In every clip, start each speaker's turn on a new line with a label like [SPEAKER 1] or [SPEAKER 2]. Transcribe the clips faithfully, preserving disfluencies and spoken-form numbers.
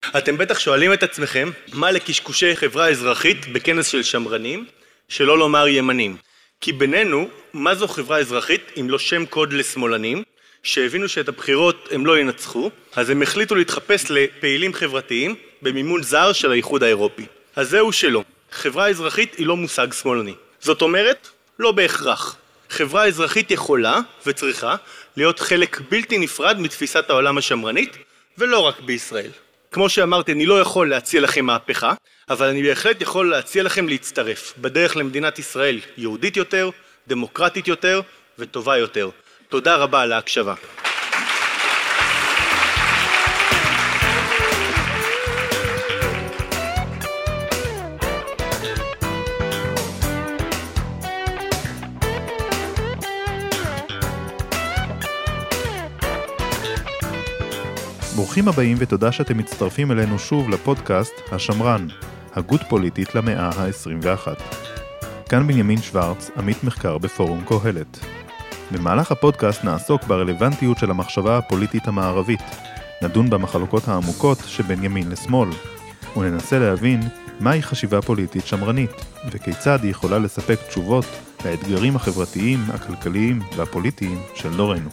[SPEAKER 1] אתם בטח שואלים את עצמכם, מה לקשקושי חברה אזרחית בכנס של שמרנים, שלא לומר ימנים? כי בינינו, מה זו חברה אזרחית אם לא שם קוד לשמאלנים, שהבינו שאת הבחירות הם לא ינצחו, אז הם החליטו להתחפש לפעילים חברתיים במימון זר של האיחוד האירופי. אז זהו שלא. חברה אזרחית היא לא מושג שמאלני. זאת אומרת, לא בהכרח. חברה אזרחית יכולה וצריכה להיות חלק בלתי נפרד מתפיסת העולם השמרנית, ולא רק בישראל. כמו שאמרתי, אני לא יכול להציע לכם מהפכה, אבל אני בהחלט יכול להציע לכם להצטרף בדרך למדינת ישראל יהודית יותר, דמוקרטית יותר וטובה יותר. תודה רבה על ההקשבה.
[SPEAKER 2] ברוכים הבאים ותודה שאתם מצטרפים אלינו שוב לפודקאסט השמרן, הגות פוליטית למאה ה-עשרים ואחת. כאן בנימין שוורץ, עמית מחקר בפורום קהלת. במהלך הפודקאסט נעסוק ברלוונטיות של המחשבה הפוליטית המערבית, נדון במחלוקות העמוקות שבין ימין לשמאל, וננסה להבין מהי חשיבה פוליטית שמרנית, וכיצד היא יכולה לספק תשובות לאתגרים החברתיים, הכלכליים והפוליטיים של דורנו.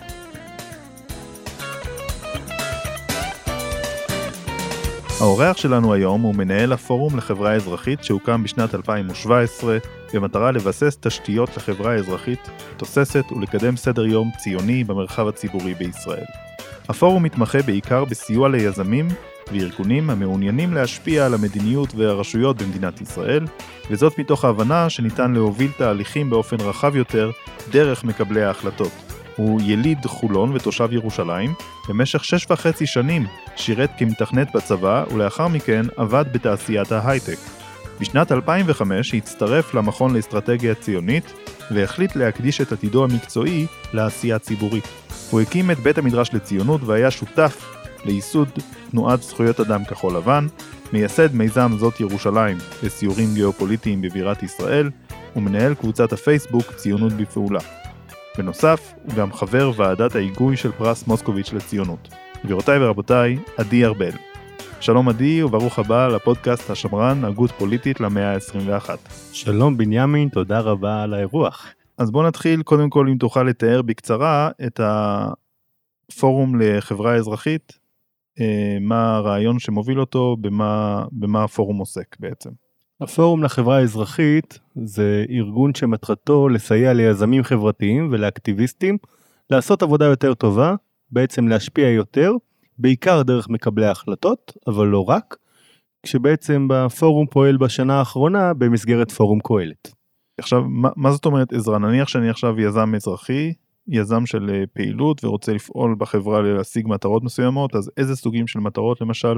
[SPEAKER 2] האורח שלנו היום הוא מנהל הפורום לחברה אזרחית שהוקם בשנת אלפיים שבע עשרה במטרה לבסס תשתיות לחברה אזרחית תוססת ולקדם סדר יום ציוני במרחב הציבורי בישראל. הפורום מתמחה בעיקר בסיוע ליזמים וארגונים המעוניינים להשפיע על המדיניות והרשויות במדינת ישראל, וזאת מתוך ההבנה שניתן להוביל תהליכים באופן רחב יותר דרך מקבלי ההחלטות. הוא יליד חולון ותושב ירושלים, במשך שש וחצי שנים שירת כמתכנת בצבא ולאחר מכן עבד בתעשיית ההייטק. בשנת אלפיים וחמש הצטרף למכון לאסטרטגיה ציונית והחליט להקדיש את עתידו המקצועי לעשייה ציבורית. הוא הקים את בית המדרש לציונות והיה שותף לייסוד תנועת זכויות אדם כחול לבן, מייסד מיזם זאת ירושלים לסיורים גיאופוליטיים בבירת ישראל ומנהל קבוצת הפייסבוק ציונות בפעולה. בנוסף, הוא גם חבר ועדת ההיגוי של פרס מוסקוביץ' לציונות. גבירותיי ורבותיי, עדי ארבל. שלום עדי וברוך הבא לפודקאסט השמרן, הגות פוליטית למאה ה-עשרים ואחת.
[SPEAKER 3] שלום בנימין, תודה רבה על האירוח.
[SPEAKER 2] אז בוא נתחיל קודם כל אם תוכל לתאר בקצרה את הפורום לחברה אזרחית, מה הרעיון שמוביל אותו, במה, במה הפורום עוסק בעצם.
[SPEAKER 3] הפורום לחברה האזרחית זה ארגון שמטרתו לסייע ליזמים חברתיים ולאקטיביסטים לעשות עבודה יותר טובה, בעצם להשפיע יותר, בעיקר דרך מקבלי ההחלטות, אבל לא רק, כשבעצם בפורום פועל בשנה האחרונה במסגרת פורום קהלת.
[SPEAKER 2] עכשיו, מה, מה זאת אומרת עזרה? נניח שאני עכשיו יזם אזרחי, יזם של פעילות ורוצה לפעול בחברה להשיג מטרות מסוימות, אז איזה סוגים של מטרות למשל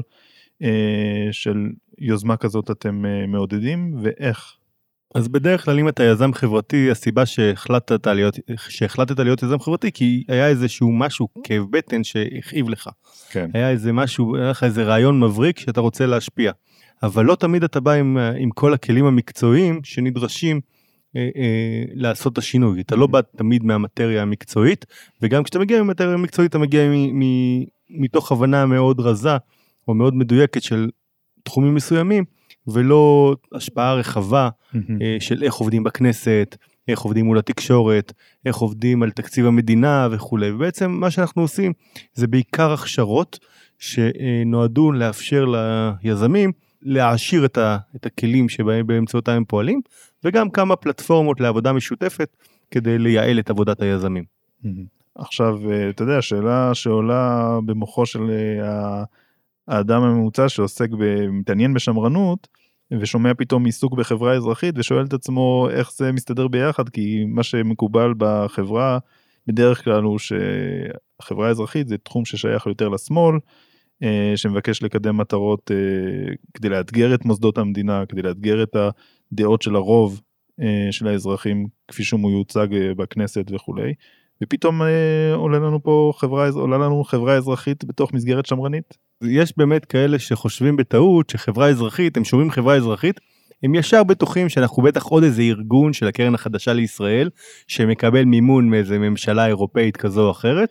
[SPEAKER 2] של יוזמה כזאת אתם מעודדים ואיך?
[SPEAKER 3] אז בדרך כלל אם אתה יזם חברתי, הסיבה שהחלטת להיות, שהחלטת להיות יזם חברתי, כי היה איזשהו משהו, כאב בטן שהכאיב לך.
[SPEAKER 2] כן.
[SPEAKER 3] היה איזה משהו, היה לך איזה רעיון מבריק שאתה רוצה להשפיע. אבל לא תמיד אתה בא עם, עם כל הכלים המקצועיים שנדרשים אה, אה, לעשות את השינוי. אתה לא בא תמיד מהמטריה המקצועית, וגם כשאתה מגיע ממטריה המקצועית, אתה מגיע מ, מ, מתוך הבנה מאוד רזה, או מאוד מדויקת של תחומים מסוימים, ולא השפעה רחבה mm-hmm. של איך עובדים בכנסת, איך עובדים מול התקשורת, איך עובדים על תקציב המדינה וכו'. ובעצם מה שאנחנו עושים זה בעיקר הכשרות שנועדו לאפשר ליזמים להעשיר את, ה, את הכלים שבהם באמצעותם הם פועלים, וגם כמה פלטפורמות לעבודה משותפת כדי לייעל את עבודת היזמים.
[SPEAKER 2] Mm-hmm. עכשיו, אתה יודע, השאלה שעולה במוחו של ה... האדם הממוצע שעוסק במתעניין בשמרנות, ושומע פתאום עיסוק בחברה אזרחית, ושואל את עצמו איך זה מסתדר ביחד, כי מה שמקובל בחברה, בדרך כלל הוא שהחברה האזרחית זה תחום ששייך יותר לשמאל, שמבקש לקדם מטרות כדי לאתגר את מוסדות המדינה, כדי לאתגר את הדעות של הרוב של האזרחים, כפי שהוא מיוצג בכנסת וכו'. ופתאום עולה לנו פה חברה, עולה לנו חברה אזרחית בתוך מסגרת שמרנית.
[SPEAKER 3] יש באמת כאלה שחושבים בטעות שחברה אזרחית, הם שומעים חברה אזרחית, הם ישר בטוחים שאנחנו בטח עוד איזה ארגון של הקרן החדשה לישראל, שמקבל מימון מאיזה ממשלה אירופאית כזו או אחרת,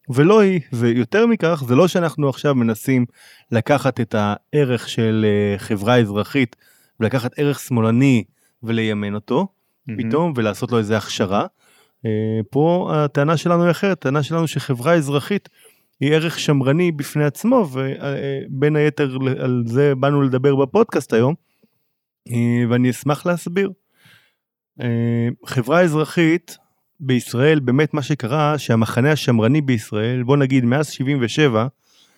[SPEAKER 3] ולא היא, ויותר מכך, זה לא שאנחנו עכשיו מנסים לקחת את הערך של חברה אזרחית, ולקחת ערך שמאלני וליימן אותו, mm-hmm. פתאום, ולעשות לו איזו הכשרה. פה הטענה שלנו היא אחרת, הטענה שלנו שחברה אזרחית היא ערך שמרני בפני עצמו, ובין היתר על זה באנו לדבר בפודקאסט היום, ואני אשמח להסביר. חברה אזרחית בישראל, באמת מה שקרה, שהמחנה השמרני בישראל, בוא נגיד מאז שבעים ושבע,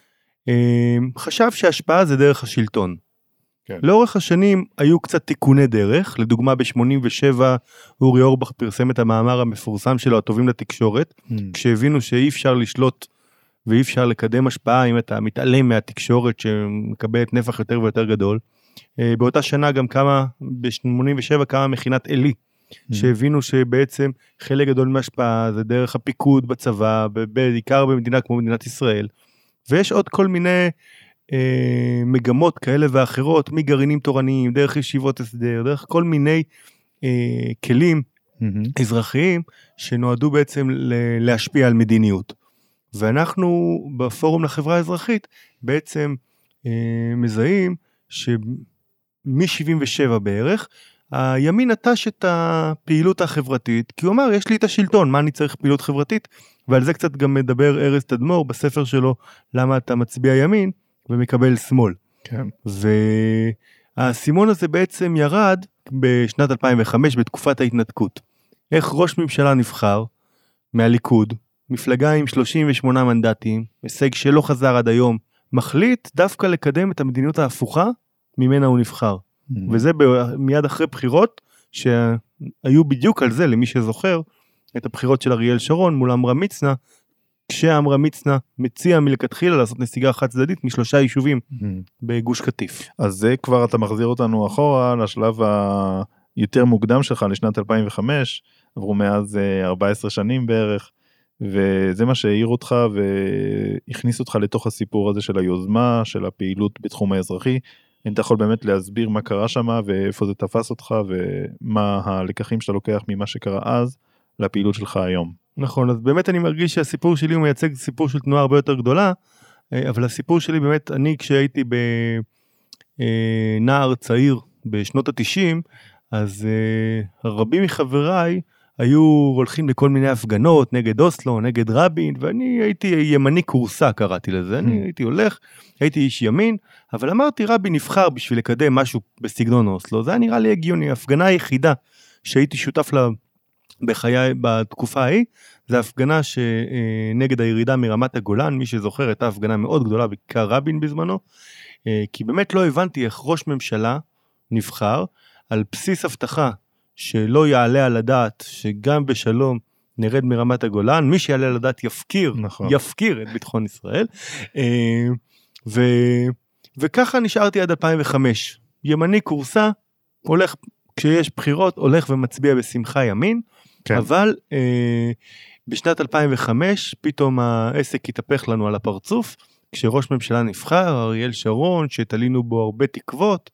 [SPEAKER 3] חשב שההשפעה זה דרך השלטון. כן. לאורך השנים היו קצת תיקוני דרך, לדוגמה ב-שמונים ושבע אורי אורבך פרסם את המאמר המפורסם שלו, הטובים לתקשורת, mm. כשהבינו שאי אפשר לשלוט ואי אפשר לקדם השפעה אם אתה מתעלם מהתקשורת שמקבלת נפח יותר ויותר גדול. באותה שנה גם קמה, ב-שמונים ושבע קמה מכינת אלי, mm. שהבינו שבעצם חלק גדול מהשפעה זה דרך הפיקוד בצבא, בעיקר במדינה כמו מדינת ישראל, ויש עוד כל מיני אה, מגמות כאלה ואחרות, מגרעינים תורניים, דרך ישיבות הסדר, דרך כל מיני אה, כלים mm-hmm. אזרחיים, שנועדו בעצם ל- להשפיע על מדיניות. ואנחנו בפורום לחברה האזרחית, בעצם אה, מזהים שמ-שבעים ושבע בערך, הימין נטש את הפעילות החברתית, כי הוא אמר, יש לי את השלטון, מה אני צריך פעילות חברתית? ועל זה קצת גם מדבר ארז תדמור בספר שלו, למה אתה מצביע ימין ומקבל שמאל.
[SPEAKER 2] כן.
[SPEAKER 3] והסימון הזה בעצם ירד בשנת אלפיים וחמש, בתקופת ההתנתקות. איך ראש ממשלה נבחר מהליכוד, מפלגה עם שלושים ושמונה מנדטים, הישג שלא חזר עד היום, מחליט דווקא לקדם את המדיניות ההפוכה, ממנה הוא נבחר. Mm-hmm. וזה מיד אחרי בחירות, שהיו בדיוק על זה, למי שזוכר, את הבחירות של אריאל שרון מול עמרם מצנע, כשעמרם מצנע מציע מלכתחילה לעשות נסיגה חד צדדית משלושה יישובים mm-hmm. בגוש קטיף.
[SPEAKER 2] אז זה כבר אתה מחזיר אותנו אחורה לשלב היותר מוקדם שלך, לשנת אלפיים וחמש, עברו מאז ארבע עשרה שנים בערך, וזה מה שהעיר אותך והכניס אותך לתוך הסיפור הזה של היוזמה, של הפעילות בתחום האזרחי. אם אתה יכול באמת להסביר מה קרה שם, ואיפה זה תפס אותך, ומה הלקחים שאתה לוקח ממה שקרה אז, לפעילות שלך היום.
[SPEAKER 3] נכון, אז באמת אני מרגיש שהסיפור שלי הוא מייצג סיפור של תנועה הרבה יותר גדולה, אבל הסיפור שלי באמת, אני כשהייתי בנער צעיר בשנות ה-תשעים, אז רבים מחבריי היו הולכים לכל מיני הפגנות, נגד אוסלו, נגד רבין, ואני הייתי ימני קורסה, קראתי לזה, אני הייתי הולך, הייתי איש ימין, אבל אמרתי, רבין נבחר בשביל לקדם משהו בסגנון אוסלו, זה היה נראה לי הגיוני, ההפגנה היחידה שהייתי שותף לה בחיי, בתקופה ההיא, זה הפגנה שנגד הירידה מרמת הגולן, מי שזוכר, הייתה הפגנה מאוד גדולה, בעיקר רבין בזמנו, כי באמת לא הבנתי איך ראש ממשלה נבחר, על בסיס הבטחה, שלא יעלה על הדעת, שגם בשלום נרד מרמת הגולן, מי שיעלה על הדעת יפקיר, נכון. יפקיר את ביטחון ישראל, ו, וככה נשארתי עד אלפיים וחמש, ימני קורסה, הולך, כשיש בחירות, הולך ומצביע בשמחה ימין, כן. אבל בשנת אלפיים וחמש, פתאום העסק התהפך לנו על הפרצוף, כשראש ממשלה נבחר, אריאל שרון, שתלינו בו הרבה תקוות,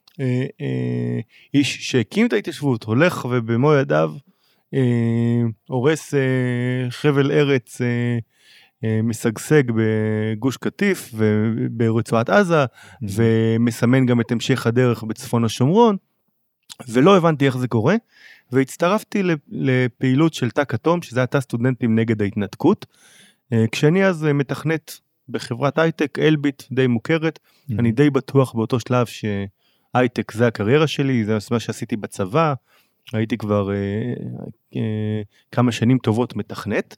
[SPEAKER 3] איש שהקים את ההתיישבות, הולך ובמו ידיו הורס חבל ארץ משגשג בגוש קטיף וברצועת עזה, ומסמן גם את המשך הדרך בצפון השומרון, ולא הבנתי איך זה קורה, והצטרפתי לפעילות של תא כתום, שזה הייתה סטודנטים נגד ההתנתקות, כשאני אז מתכנת בחברת הייטק, אלביט די מוכרת, אני די בטוח באותו שלב ש... הייטק זה הקריירה שלי, זה מה שעשיתי בצבא, הייתי כבר אה, אה, כמה שנים טובות מתכנת,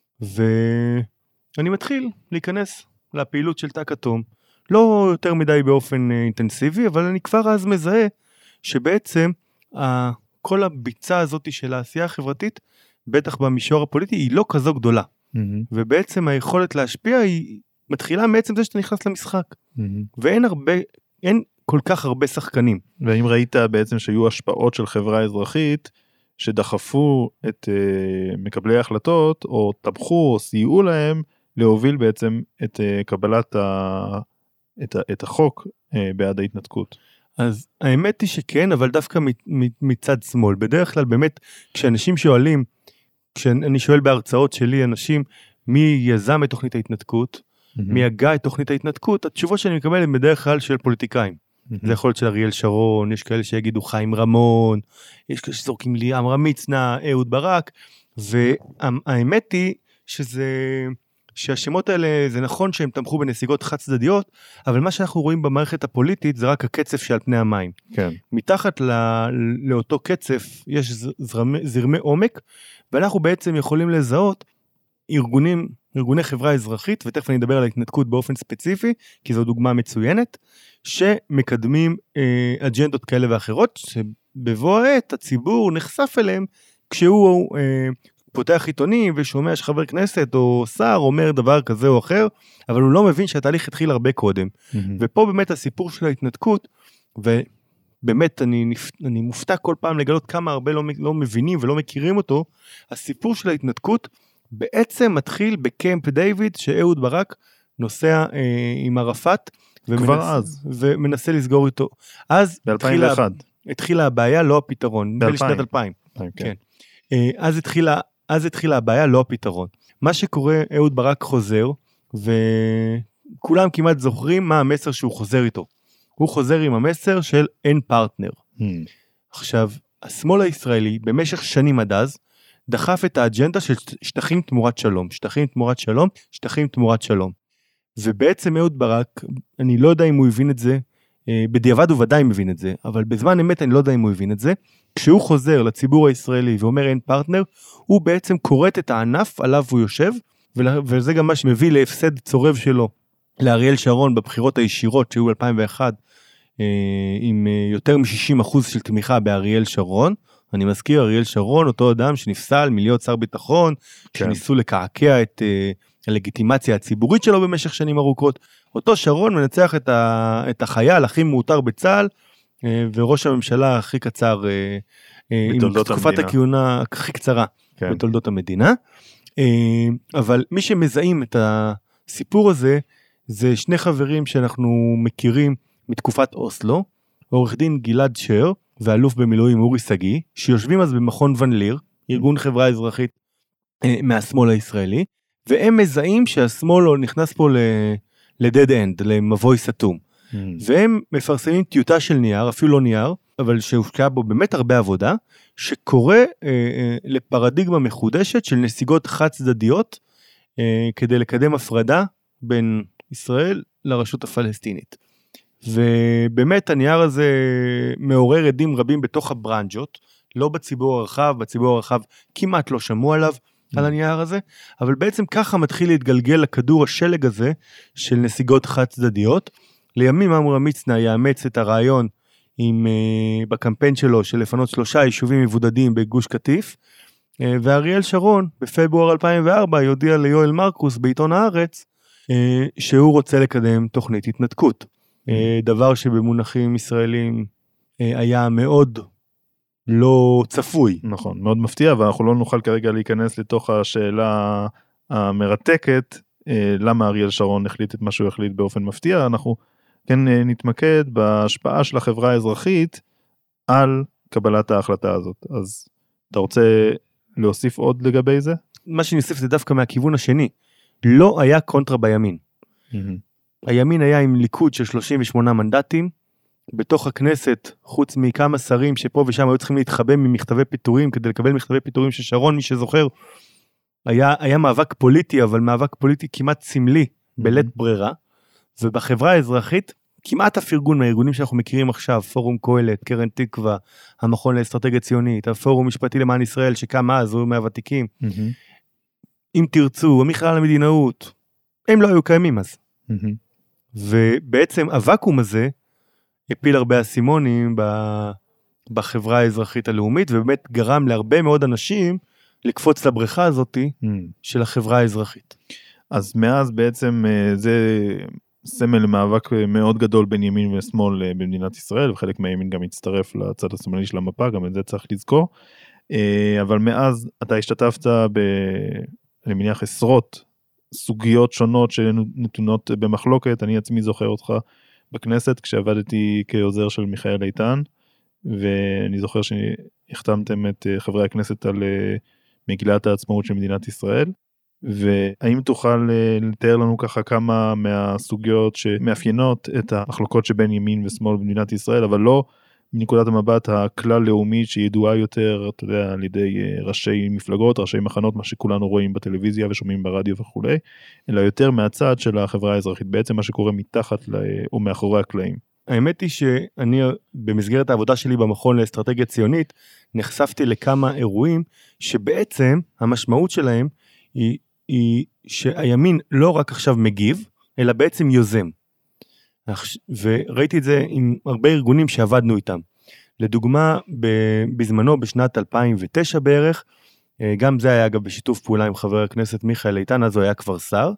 [SPEAKER 3] ואני מתחיל להיכנס לפעילות של תא כתום, לא יותר מדי באופן אה, אינטנסיבי, אבל אני כבר אז מזהה שבעצם אה, כל הביצה הזאת של העשייה החברתית, בטח במישור הפוליטי, היא לא כזו גדולה, mm-hmm. ובעצם היכולת להשפיע היא מתחילה מעצם זה שאתה נכנס למשחק, mm-hmm. ואין הרבה, אין כל כך הרבה שחקנים.
[SPEAKER 2] ואם ראית בעצם שהיו השפעות של חברה אזרחית, שדחפו את uh, מקבלי ההחלטות, או טבחו או סייעו להם, להוביל בעצם את uh, קבלת ה, את, ה, את החוק uh, בעד ההתנתקות.
[SPEAKER 3] אז האמת היא שכן, אבל דווקא מצד שמאל. בדרך כלל באמת, כשאנשים שואלים, כשאני שואל בהרצאות שלי, אנשים מי יזם את תוכנית ההתנתקות, מי הגה את תוכנית ההתנתקות, התשובות שאני מקבל הן בדרך כלל של פוליטיקאים. זה יכול להיות של אריאל שרון, יש כאלה שיגידו חיים רמון, יש כאלה שזורקים לי עמרם מצנע, אהוד ברק, והאמת היא שזה, שהשמות האלה, זה נכון שהם תמכו בנסיגות חד צדדיות, אבל מה שאנחנו רואים במערכת הפוליטית זה רק הקצף שעל פני המים.
[SPEAKER 2] כן.
[SPEAKER 3] מתחת לא, לאותו קצף יש זרמי, זרמי עומק, ואנחנו בעצם יכולים לזהות ארגונים, ארגוני חברה אזרחית, ותכף אני אדבר על ההתנתקות באופן ספציפי, כי זו דוגמה מצוינת, שמקדמים אה, אג'נדות כאלה ואחרות, שבבוא העת הציבור נחשף אליהם, כשהוא אה, פותח עיתונים ושומע שחבר כנסת או שר אומר דבר כזה או אחר, אבל הוא לא מבין שהתהליך התחיל הרבה קודם. Mm-hmm. ופה באמת הסיפור של ההתנתקות, ובאמת אני, אני מופתע כל פעם לגלות כמה הרבה לא, לא מבינים ולא מכירים אותו, הסיפור של ההתנתקות בעצם מתחיל בקמפ דיוויד, שאהוד ברק נוסע אה, עם ערפאת,
[SPEAKER 2] כבר אז.
[SPEAKER 3] ומנסה לסגור איתו. אז
[SPEAKER 2] ב-אלפיים ואחת.
[SPEAKER 3] התחילה הבעיה, לא הפתרון. בשנת אלפיים. כן. אז התחילה, אז התחילה הבעיה, לא הפתרון. מה שקורה, אהוד ברק חוזר, וכולם כמעט זוכרים מה המסר שהוא חוזר איתו. הוא חוזר עם המסר של אין פרטנר. עכשיו, השמאל הישראלי, במשך שנים עד אז, דחף את האג'נדה של שטחים תמורת שלום. שטחים תמורת שלום, שטחים תמורת שלום. ובעצם אהוד ברק, אני לא יודע אם הוא הבין את זה, בדיעבד הוא ודאי מבין את זה, אבל בזמן אמת אני לא יודע אם הוא הבין את זה, כשהוא חוזר לציבור הישראלי ואומר אין פרטנר, הוא בעצם קורט את הענף עליו הוא יושב, וזה גם מה שמביא להפסד צורב שלו, לאריאל שרון בבחירות הישירות שהיו ב-אלפיים ואחת, עם יותר מ-שישים אחוז של תמיכה באריאל שרון, אני מזכיר אריאל שרון, אותו אדם שנפסל מלהיות שר ביטחון, כן. שניסו לקעקע את הלגיטימציה הציבורית שלו במשך שנים ארוכות, אותו שרון מנצח את, ה, את החייל הכי מאותר בצה"ל, וראש הממשלה הכי קצר, עם תקופת הכהונה הכי קצרה כן. בתולדות המדינה, אבל מי שמזהים את הסיפור הזה, זה שני חברים שאנחנו מכירים מתקופת אוסלו, עורך דין גלעד שר, ואלוף במילואים אורי סגי, שיושבים אז במכון ון ליר, ארגון חברה אזרחית מהשמאל הישראלי, והם מזהים שהשמאל נכנס פה לדד אנד, למבוי סתום. Mm. והם מפרסמים טיוטה של נייר, אפילו לא נייר, אבל שהושקע בו באמת הרבה עבודה, שקורא אה, אה, לפרדיגמה מחודשת של נסיגות חד צדדיות, אה, כדי לקדם הפרדה בין ישראל לרשות הפלסטינית. ובאמת הנייר הזה מעורר עדים רבים בתוך הברנג'ות, לא בציבור הרחב, בציבור הרחב כמעט לא שמעו עליו, על הנייר הזה, אבל בעצם ככה מתחיל להתגלגל לכדור השלג הזה של נסיגות חד צדדיות. לימים עמרם מצנע יאמץ את הרעיון עם, uh, בקמפיין שלו של לפנות שלושה יישובים מבודדים בגוש קטיף, uh, ואריאל שרון בפברואר אלפיים וארבע יודיע ליואל מרקוס בעיתון הארץ, uh, שהוא רוצה לקדם תוכנית התנתקות. Uh, דבר שבמונחים ישראלים uh, היה מאוד לא צפוי.
[SPEAKER 2] נכון, מאוד מפתיע, ואנחנו לא נוכל כרגע להיכנס לתוך השאלה המרתקת, למה אריאל שרון החליט את מה שהוא החליט באופן מפתיע. אנחנו כן נתמקד בהשפעה של החברה האזרחית על קבלת ההחלטה הזאת. אז אתה רוצה להוסיף עוד לגבי זה?
[SPEAKER 3] מה שאני אוסיף זה דווקא מהכיוון השני. לא היה קונטרה בימין. Mm-hmm. הימין היה עם ליכוד של שלושים ושמונה מנדטים, בתוך הכנסת, חוץ מכמה שרים שפה ושם היו צריכים להתחבא ממכתבי פיטורים, כדי לקבל מכתבי פיטורים של שרון, מי שזוכר, היה, היה מאבק פוליטי, אבל מאבק פוליטי כמעט סמלי, בלית ברירה, ובחברה האזרחית, כמעט הפרגון מהארגונים שאנחנו מכירים עכשיו, פורום קהלת, קרן תקווה, המכון לאסטרטגיה ציונית, הפורום משפטי למען ישראל, שקם אז, הוא מהוותיקים, אם תרצו, המכללה למדינאות, הם לא היו קיימים אז. ובעצם הוואקום הזה, הפיל הרבה אסימונים בחברה האזרחית הלאומית, ובאמת גרם להרבה מאוד אנשים לקפוץ לבריכה הזאת mm. של החברה האזרחית.
[SPEAKER 2] אז מאז בעצם זה סמל מאבק מאוד גדול בין ימין ושמאל במדינת ישראל, וחלק מהימין גם הצטרף לצד השמאלי של המפה, גם את זה צריך לזכור. אבל מאז אתה השתתפת ב... אני מניח עשרות סוגיות שונות שנתונות במחלוקת, אני עצמי זוכר אותך בכנסת, כשעבדתי כעוזר של מיכאל איתן, ואני זוכר שהחתמתם את חברי הכנסת על מגילת העצמאות של מדינת ישראל, והאם תוכל לתאר לנו ככה כמה מהסוגיות שמאפיינות את המחלוקות שבין ימין ושמאל במדינת ישראל, אבל לא מנקודת המבט הכלל לאומית שידועה יותר, אתה יודע, על ידי ראשי מפלגות, ראשי מחנות, מה שכולנו רואים בטלוויזיה ושומעים ברדיו וכו', אלא יותר מהצד של החברה האזרחית, בעצם מה שקורה מתחת או מאחורי הקלעים.
[SPEAKER 3] האמת היא שאני במסגרת העבודה שלי במכון לאסטרטגיה ציונית, נחשפתי לכמה אירועים שבעצם המשמעות שלהם היא, היא שהימין לא רק עכשיו מגיב, אלא בעצם יוזם. וראיתי את זה עם הרבה ארגונים שעבדנו איתם. לדוגמה, בזמנו בשנת אלפיים ותשע בערך, גם זה היה אגב בשיתוף פעולה עם חבר הכנסת מיכאל איתן, אז הוא היה כבר שר,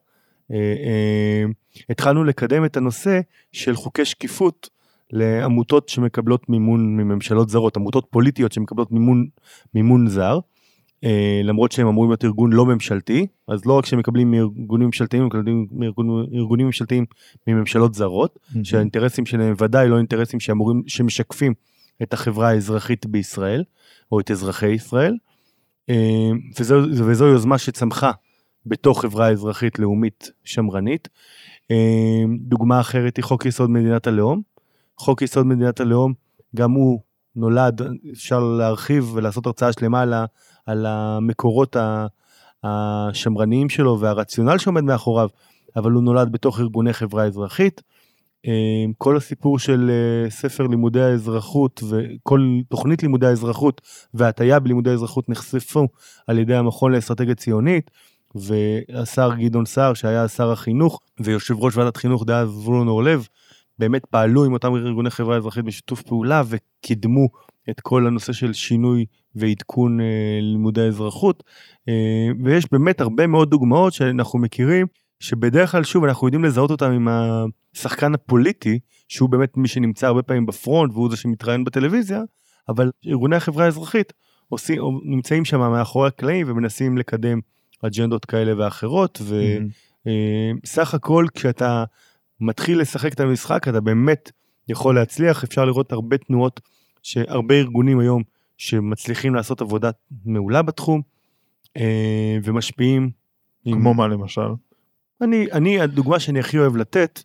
[SPEAKER 3] התחלנו לקדם את הנושא של חוקי שקיפות לעמותות שמקבלות מימון מממשלות זרות, עמותות פוליטיות שמקבלות מימון, מימון זר, למרות שהם אמורים להיות ארגון לא ממשלתי, אז לא רק שהם מקבלים מארגונים ממשלתיים, הם מקבלים מארגונים ממשלתיים מממשלות זרות, mm-hmm. שהאינטרסים שלהם ודאי לא אינטרסים שאמורים, שמשקפים את החברה האזרחית בישראל, או את אזרחי ישראל, וזו, וזו יוזמה שצמחה בתוך חברה אזרחית לאומית שמרנית. דוגמה אחרת היא חוק יסוד מדינת הלאום. חוק יסוד מדינת הלאום, גם הוא נולד, אפשר להרחיב ולעשות הרצאה שלמה על, ה, על המקורות השמרניים שלו והרציונל שעומד מאחוריו, אבל הוא נולד בתוך ארגוני חברה אזרחית. כל הסיפור של ספר לימודי האזרחות וכל תוכנית לימודי האזרחות וההטיה בלימודי האזרחות נחשפו על ידי המכון לאסטרטגיה ציונית, והשר גדעון סער שהיה שר החינוך ויושב ראש ועדת חינוך דאז זבולון אורלב, באמת פעלו עם אותם ארגוני חברה אזרחית בשיתוף פעולה וקידמו את כל הנושא של שינוי ועדכון אה, לימודי האזרחות, אה, ויש באמת הרבה מאוד דוגמאות שאנחנו מכירים, שבדרך כלל שוב אנחנו יודעים לזהות אותם עם השחקן הפוליטי, שהוא באמת מי שנמצא הרבה פעמים בפרונט והוא זה שמתראיין בטלוויזיה, אבל ארגוני החברה האזרחית עושים, נמצאים שם מאחורי הקלעים ומנסים לקדם אג'נדות כאלה ואחרות, וסך הכל כשאתה מתחיל לשחק את המשחק, אתה באמת יכול להצליח, אפשר לראות הרבה תנועות, שהרבה ארגונים היום שמצליחים לעשות עבודה מעולה בתחום, ומשפיעים.
[SPEAKER 2] כמו מה למשל?
[SPEAKER 3] אני, אני, הדוגמה שאני הכי אוהב לתת,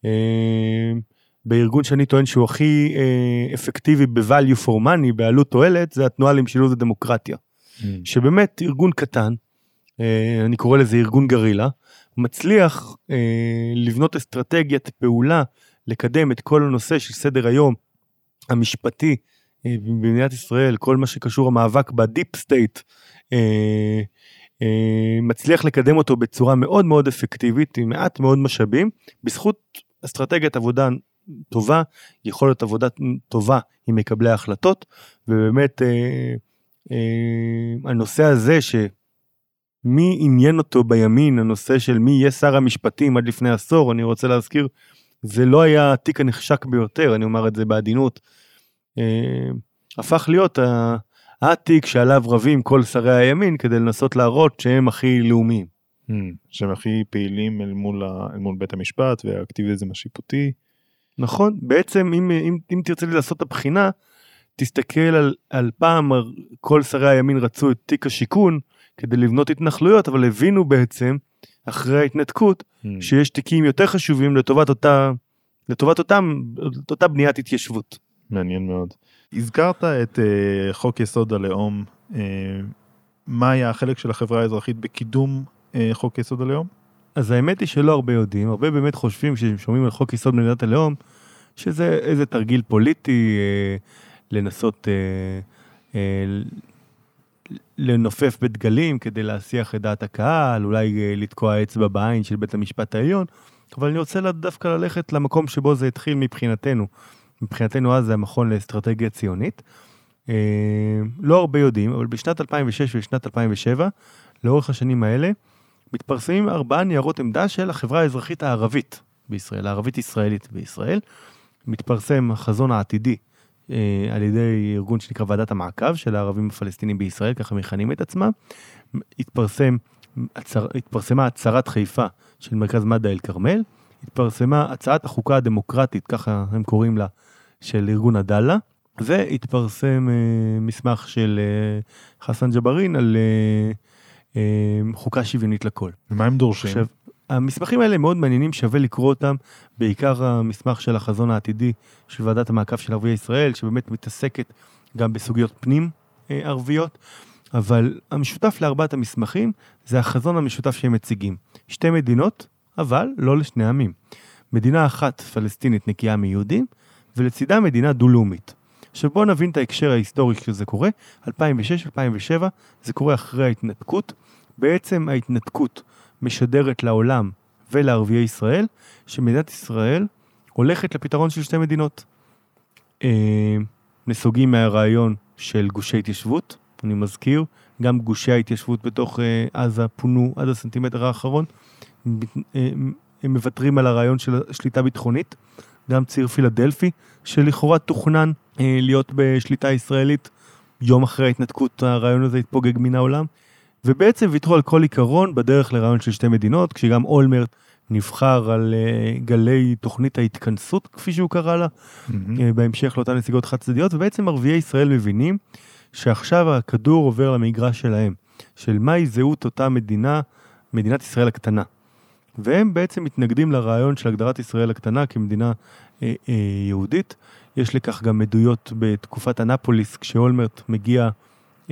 [SPEAKER 3] בארגון שאני טוען שהוא הכי אפקטיבי ב-value for money, בעלות תועלת, זה התנועה למשילות ודמוקרטיה. שבאמת ארגון קטן, אני קורא לזה ארגון גרילה, מצליח אה, לבנות אסטרטגיית פעולה, לקדם את כל הנושא של סדר היום המשפטי אה, במדינת ישראל, כל מה שקשור המאבק בדיפ סטייט, אה, אה, מצליח לקדם אותו בצורה מאוד מאוד אפקטיבית, עם מעט מאוד משאבים, בזכות אסטרטגיית עבודה טובה, יכולת עבודה טובה עם מקבלי ההחלטות, ובאמת אה, אה, הנושא הזה ש... מי עניין אותו בימין, הנושא של מי יהיה שר המשפטים עד לפני עשור, אני רוצה להזכיר, זה לא היה התיק הנחשק ביותר, אני אומר את זה בעדינות, אה, הפך להיות התיק שעליו רבים כל שרי הימין, כדי לנסות להראות שהם הכי לאומיים.
[SPEAKER 2] Hmm, שהם הכי פעילים אל מול, ה, אל מול בית המשפט, והאקטיביזם השיפוטי.
[SPEAKER 3] נכון, בעצם אם, אם, אם תרצה לי לעשות את הבחינה, תסתכל על, על פעם, כל שרי הימין רצו את תיק השיקון, כדי לבנות התנחלויות, אבל הבינו בעצם, אחרי ההתנתקות, hmm. שיש תיקים יותר חשובים לטובת אותה, לטובת אותם, אותה בניית התיישבות.
[SPEAKER 2] מעניין מאוד. הזכרת את uh, חוק יסוד הלאום, uh, מה היה החלק של החברה האזרחית בקידום uh, חוק יסוד הלאום?
[SPEAKER 3] אז האמת היא שלא הרבה יודעים, הרבה באמת חושבים ששומעים על חוק יסוד מדינת הלאום, שזה איזה תרגיל פוליטי, uh, לנסות... Uh, uh, לנופף בדגלים כדי להסיח את דעת הקהל, אולי לתקוע אצבע בעין של בית המשפט העליון, אבל אני רוצה דווקא ללכת למקום שבו זה התחיל מבחינתנו. מבחינתנו אז זה המכון לאסטרטגיה ציונית. לא הרבה יודעים, אבל בשנת אלפיים ושש ובשנת אלפיים ושבע, לאורך השנים האלה, מתפרסמים ארבעה ניירות עמדה של החברה האזרחית הערבית בישראל, הערבית ישראלית בישראל. מתפרסם החזון העתידי, על ידי ארגון שנקרא ועדת המעקב של הערבים הפלסטינים בישראל, ככה מכנים את עצמם. התפרסם, התפרסמה הצהרת חיפה של מרכז מדע אל כרמל, התפרסמה הצעת החוקה הדמוקרטית, ככה הם קוראים לה, של ארגון עדאלה, והתפרסם מסמך של חסן ג'בארין על חוקה שוויונית לכל.
[SPEAKER 2] ומה הם דורשים?
[SPEAKER 3] עכשיו, המסמכים האלה מאוד מעניינים, שווה לקרוא אותם, בעיקר המסמך של החזון העתידי של ועדת המעקב של ערביי ישראל, שבאמת מתעסקת גם בסוגיות פנים ערביות, אבל המשותף לארבעת המסמכים זה החזון המשותף שהם מציגים. שתי מדינות, אבל לא לשני עמים. מדינה אחת פלסטינית נקייה מיהודים, ולצידה מדינה דו-לאומית. עכשיו בואו נבין את ההקשר ההיסטורי שזה קורה, אלפיים ושש אלפיים ושבע, זה קורה אחרי ההתנתקות, בעצם ההתנתקות משדרת לעולם ולערביי ישראל, שמדינת ישראל הולכת לפתרון של שתי מדינות. אה, נסוגים מהרעיון של גושי התיישבות, אני מזכיר, גם גושי ההתיישבות בתוך אה, עזה פונו עד הסנטימטר האחרון, אה, הם מבטרים על הרעיון של שליטה ביטחונית, גם ציר פילדלפי, שלכאורה תוכנן אה, להיות בשליטה ישראלית, יום אחרי ההתנתקות הרעיון הזה התפוגג מן העולם, ובעצם ויתרו על כל עיקרון בדרך לרעיון של שתי מדינות, כשגם אולמרט נבחר על uh, גלי תוכנית ההתכנסות, כפי שהוא קרא לה, mm-hmm. uh, בהמשך לאותן נסיגות חד צדדיות, ובעצם ערביי ישראל מבינים שעכשיו הכדור עובר למגרש שלהם, של מהי זהות אותה מדינה, מדינת ישראל הקטנה. והם בעצם מתנגדים לרעיון של הגדרת ישראל הקטנה כמדינה uh, uh, יהודית. יש לכך גם עדויות בתקופת אנפוליס, כשאולמרט מגיע uh,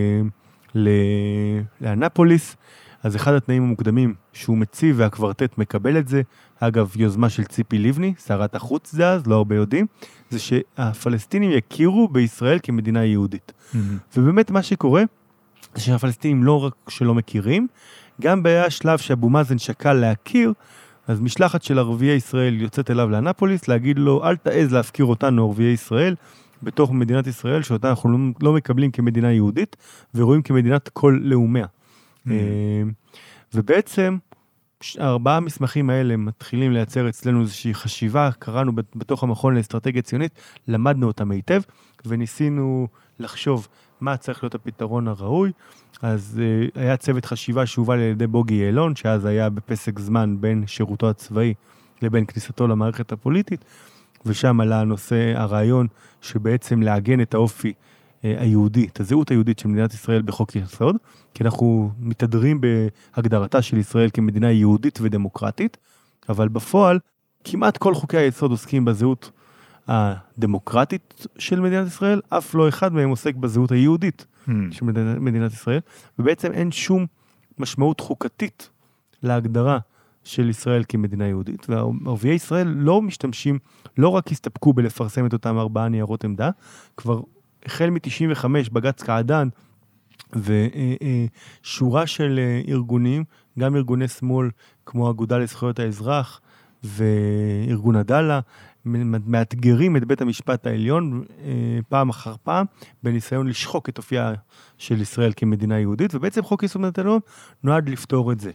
[SPEAKER 3] לאנפוליס, אז אחד התנאים המוקדמים שהוא מציב והקוורטט מקבל את זה, אגב יוזמה של ציפי לבני, שרת החוץ זה אז, לא הרבה יודעים, זה שהפלסטינים יכירו בישראל כמדינה יהודית. Mm-hmm. ובאמת מה שקורה, זה שהפלסטינים לא רק שלא מכירים, גם היה שלב שאבו מאזן שקל להכיר, אז משלחת של ערביי ישראל יוצאת אליו לאנפוליס, להגיד לו, אל תעז להפקיר אותנו ערביי ישראל, בתוך מדינת ישראל, שאותה אנחנו לא, לא מקבלים כמדינה יהודית, ורואים כמדינת כל לאומיה. Mm. ובעצם, ארבעה המסמכים האלה מתחילים לייצר אצלנו איזושהי חשיבה, קראנו בתוך המכון לאסטרטגיה ציונית, למדנו אותה מיטב, וניסינו לחשוב מה צריך להיות הפתרון הראוי, אז uh, היה צוות חשיבה שהובל על ידי בוגי יעלון, שאז היה בפסק זמן בין שירותו הצבאי לבין כניסתו למערכת הפוליטית, ושם עלה הנושא, הרעיון שבעצם לעגן את האופי אה, היהודי, את הזהות היהודית של מדינת ישראל בחוק יסוד, כי אנחנו מתהדרים בהגדרתה של ישראל כמדינה יהודית ודמוקרטית, אבל בפועל כמעט כל חוקי היסוד עוסקים בזהות הדמוקרטית של מדינת ישראל, אף לא אחד מהם עוסק בזהות היהודית hmm. של מדינת, מדינת ישראל, ובעצם אין שום משמעות חוקתית להגדרה של ישראל כמדינה יהודית, וערביי ישראל לא משתמשים, לא רק הסתפקו בלפרסם את אותם ארבעה ניירות עמדה, כבר החל מ-תשעים וחמש בג"ץ קעדאן, ושורה של ארגונים, גם ארגוני שמאל, כמו אגודה לזכויות האזרח, וארגון עדאלה, מאתגרים את בית המשפט העליון, פעם אחר פעם, בניסיון לשחוק את אופייה של ישראל כמדינה יהודית, ובעצם חוק יסוד מדינת הלאום נועד לפתור את זה.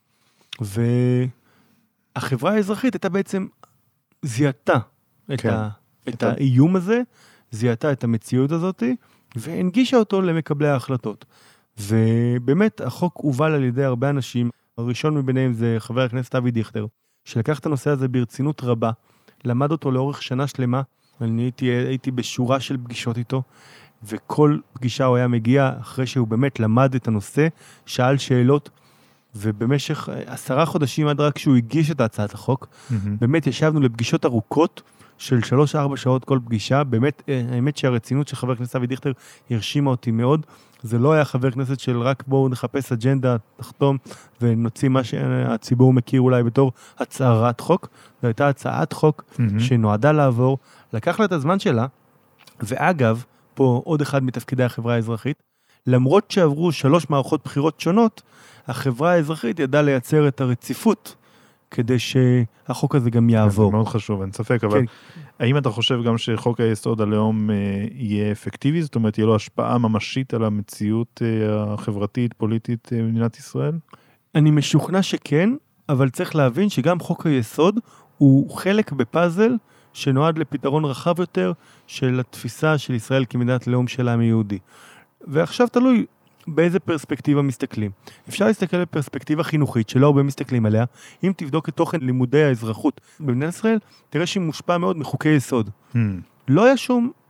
[SPEAKER 3] והחברה האזרחית הייתה בעצם זיהתה את, כן. ה, את האיום הזה, זיהתה את המציאות הזאת, והנגישה אותו למקבלי ההחלטות. ובאמת החוק הובל על ידי הרבה אנשים, הראשון מביניהם זה חבר הכנסת אבי דיכטר, שלקח את הנושא הזה ברצינות רבה, למד אותו לאורך שנה שלמה, אני הייתי, הייתי בשורה של פגישות איתו, וכל פגישה הוא היה מגיע אחרי שהוא באמת למד את הנושא, שאל שאלות, ובמשך עשרה חודשים עד רק כשהוא הגיש את הצעת החוק, mm-hmm. באמת ישבנו לפגישות ארוכות של שלוש ארבע שעות כל פגישה, באמת, האמת שהרצינות של חבר הכנסת אבי דיכטר הרשימה אותי מאוד, זה לא היה חבר כנסת של רק בואו נחפש אג'נדה, תחתום ונוציא מה שהציבור מכיר אולי בתור הצהרת חוק, זו הייתה הצעת חוק mm-hmm. שנועדה לעבור, לקח לה את הזמן שלה, ואגב, פה עוד אחד מתפקידי החברה האזרחית, למרות שעברו שלוש מערכות בחירות שונות, החברה האזרחית ידעה לייצר את הרציפות, כדי שהחוק הזה גם יעבור.
[SPEAKER 2] זה מאוד חשוב, אין ספק, אבל האם אתה חושב גם שחוק היסוד הלאום יהיה אפקטיבי? זאת אומרת, יהיה לו השפעה ממשית על המציאות החברתית, פוליטית במדינת ישראל?
[SPEAKER 3] אני משוכנע שכן, אבל צריך להבין שגם חוק היסוד הוא חלק בפאזל שנועד לפתרון רחב יותר של התפיסה של ישראל כמדינת לאום של העם היהודי. ועכשיו תלוי באיזה פרספקטיבה מסתכלים. אפשר להסתכל בפרספקטיבה חינוכית, שלא הרבה מסתכלים עליה. אם תבדוק את תוכן לימודי האזרחות במדינת ישראל, תראה שהיא מושפע מאוד מחוקי יסוד. Hmm. לא היה שום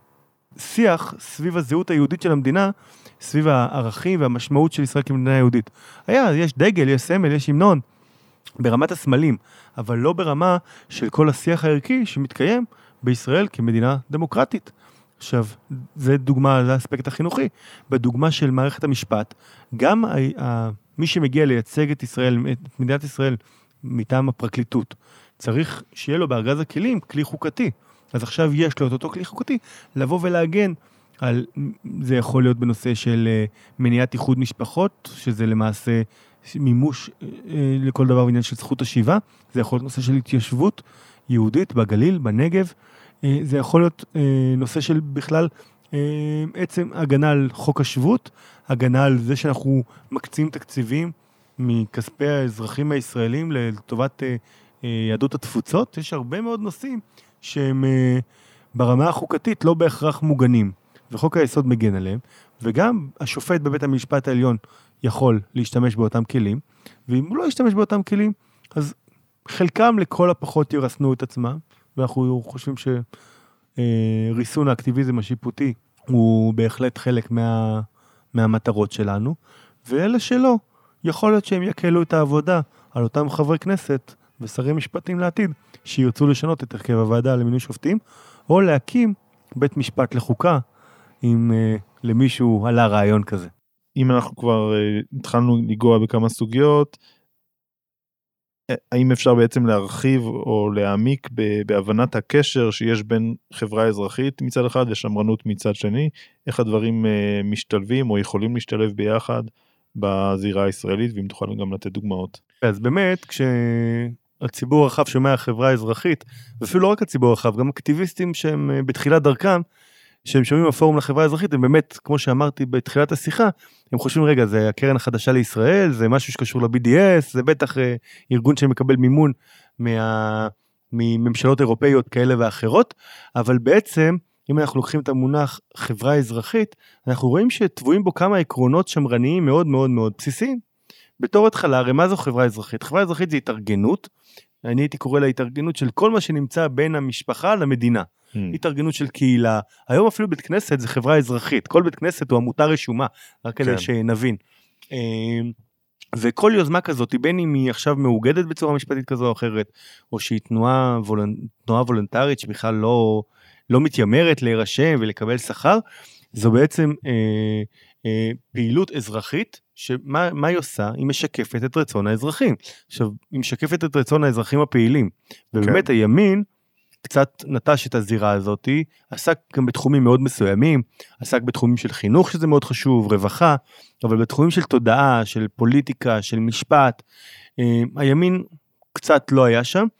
[SPEAKER 3] שיח סביב הזהות היהודית של המדינה, סביב הערכים והמשמעות של ישראל כמדינה יהודית. היה, יש דגל, יש סמל, יש המנון, ברמת הסמלים, אבל לא ברמה של כל השיח הערכי שמתקיים בישראל כמדינה דמוקרטית. עכשיו, זה דוגמה לאספקט החינוכי. בדוגמה של מערכת המשפט, גם ה- ה- מי שמגיע לייצג את ישראל, את מדינת ישראל, מטעם הפרקליטות, צריך שיהיה לו בארגז הכלים כלי חוקתי. אז עכשיו יש לו את אותו כלי חוקתי, לבוא ולהגן על, זה יכול להיות בנושא של מניעת איחוד משפחות, שזה למעשה מימוש לכל דבר בעניין של זכות השיבה, זה יכול להיות נושא של התיישבות יהודית בגליל, בנגב, זה יכול להיות נושא של בכלל עצם הגנה על חוק השבות, הגנה על זה שאנחנו מקצים תקציבים מכספי האזרחים הישראלים לטובת יהדות התפוצות. יש הרבה מאוד נושאים שהם ברמה החוקתית לא בהכרח מוגנים, וחוק היסוד מגן עליהם, וגם השופט בבית המשפט העליון יכול להשתמש באותם כלים, ואם הוא לא ישתמש באותם כלים, אז חלקם לכל הפחות ירסנו את עצמם, ואנחנו חושבים שריסון האקטיביזם השיפוטי הוא בהחלט חלק מה, מהמטרות שלנו, ואלה שלא, יכול להיות שהם יקלו את העבודה על אותם חברי כנסת ושרי משפטים לעתיד, שירצו לשנות את הרכב הוועדה למינוי שופטים, או להקים בית משפט לחוקה, אם uh, למישהו עלה רעיון כזה.
[SPEAKER 2] אם אנחנו כבר uh, התחלנו לגוע בכמה סוגיות, האם אפשר בעצם להרחיב או להעמיק בהבנת הקשר שיש בין חברה אזרחית מצד אחד ושמרנות מצד שני, איך הדברים uh, משתלבים או יכולים להשתלב ביחד בזירה הישראלית, ואם תוכל גם לתת דוגמאות.
[SPEAKER 3] אז באמת, כשהציבור הרחב שומע חברה אזרחית, ואפילו לא רק הציבור הרחב, גם אקטיביסטים שהם בתחילת דרכם, שהם שומעים הפורום לחברה האזרחית, הם באמת, כמו שאמרתי בתחילת השיחה, הם חושבים, רגע, זה הקרן החדשה לישראל, זה משהו שקשור ל-בי די אס, זה בטח ארגון שמקבל מימון מה, מממשלות אירופאיות כאלה ואחרות, אבל בעצם, אם אנחנו לוקחים את המונח חברה אזרחית, אנחנו רואים שטבועים בו כמה עקרונות שמרניים מאוד מאוד מאוד בסיסיים. בתור התחלה, הרי מה זו חברה אזרחית? חברה אזרחית זה התארגנות, אני הייתי קורא לה התארגנות של כל מה שנמצא בין המשפחה למדינה. Hmm. התארגנות של קהילה, היום אפילו בית כנסת זה חברה אזרחית, כל בית כנסת הוא עמותה רשומה, רק כדי כן. שנבין. וכל יוזמה כזאת, בין אם היא עכשיו מאוגדת בצורה משפטית כזו או אחרת, או שהיא תנועה, וולנ... תנועה וולונטרית שבכלל לא, לא מתיימרת להירשם ולקבל שכר, זו בעצם אה, אה, פעילות אזרחית, שמה מה היא עושה? היא משקפת את רצון האזרחים. עכשיו, היא משקפת את רצון האזרחים הפעילים, ובאמת כן. הימין, קצת נטש את הזירה הזאת, עסק גם בתחומים מאוד מסוימים, עסק בתחומים של חינוך שזה מאוד חשוב, רווחה, אבל בתחומים של תודעה, של פוליטיקה, של משפט, הימין קצת לא היה שם,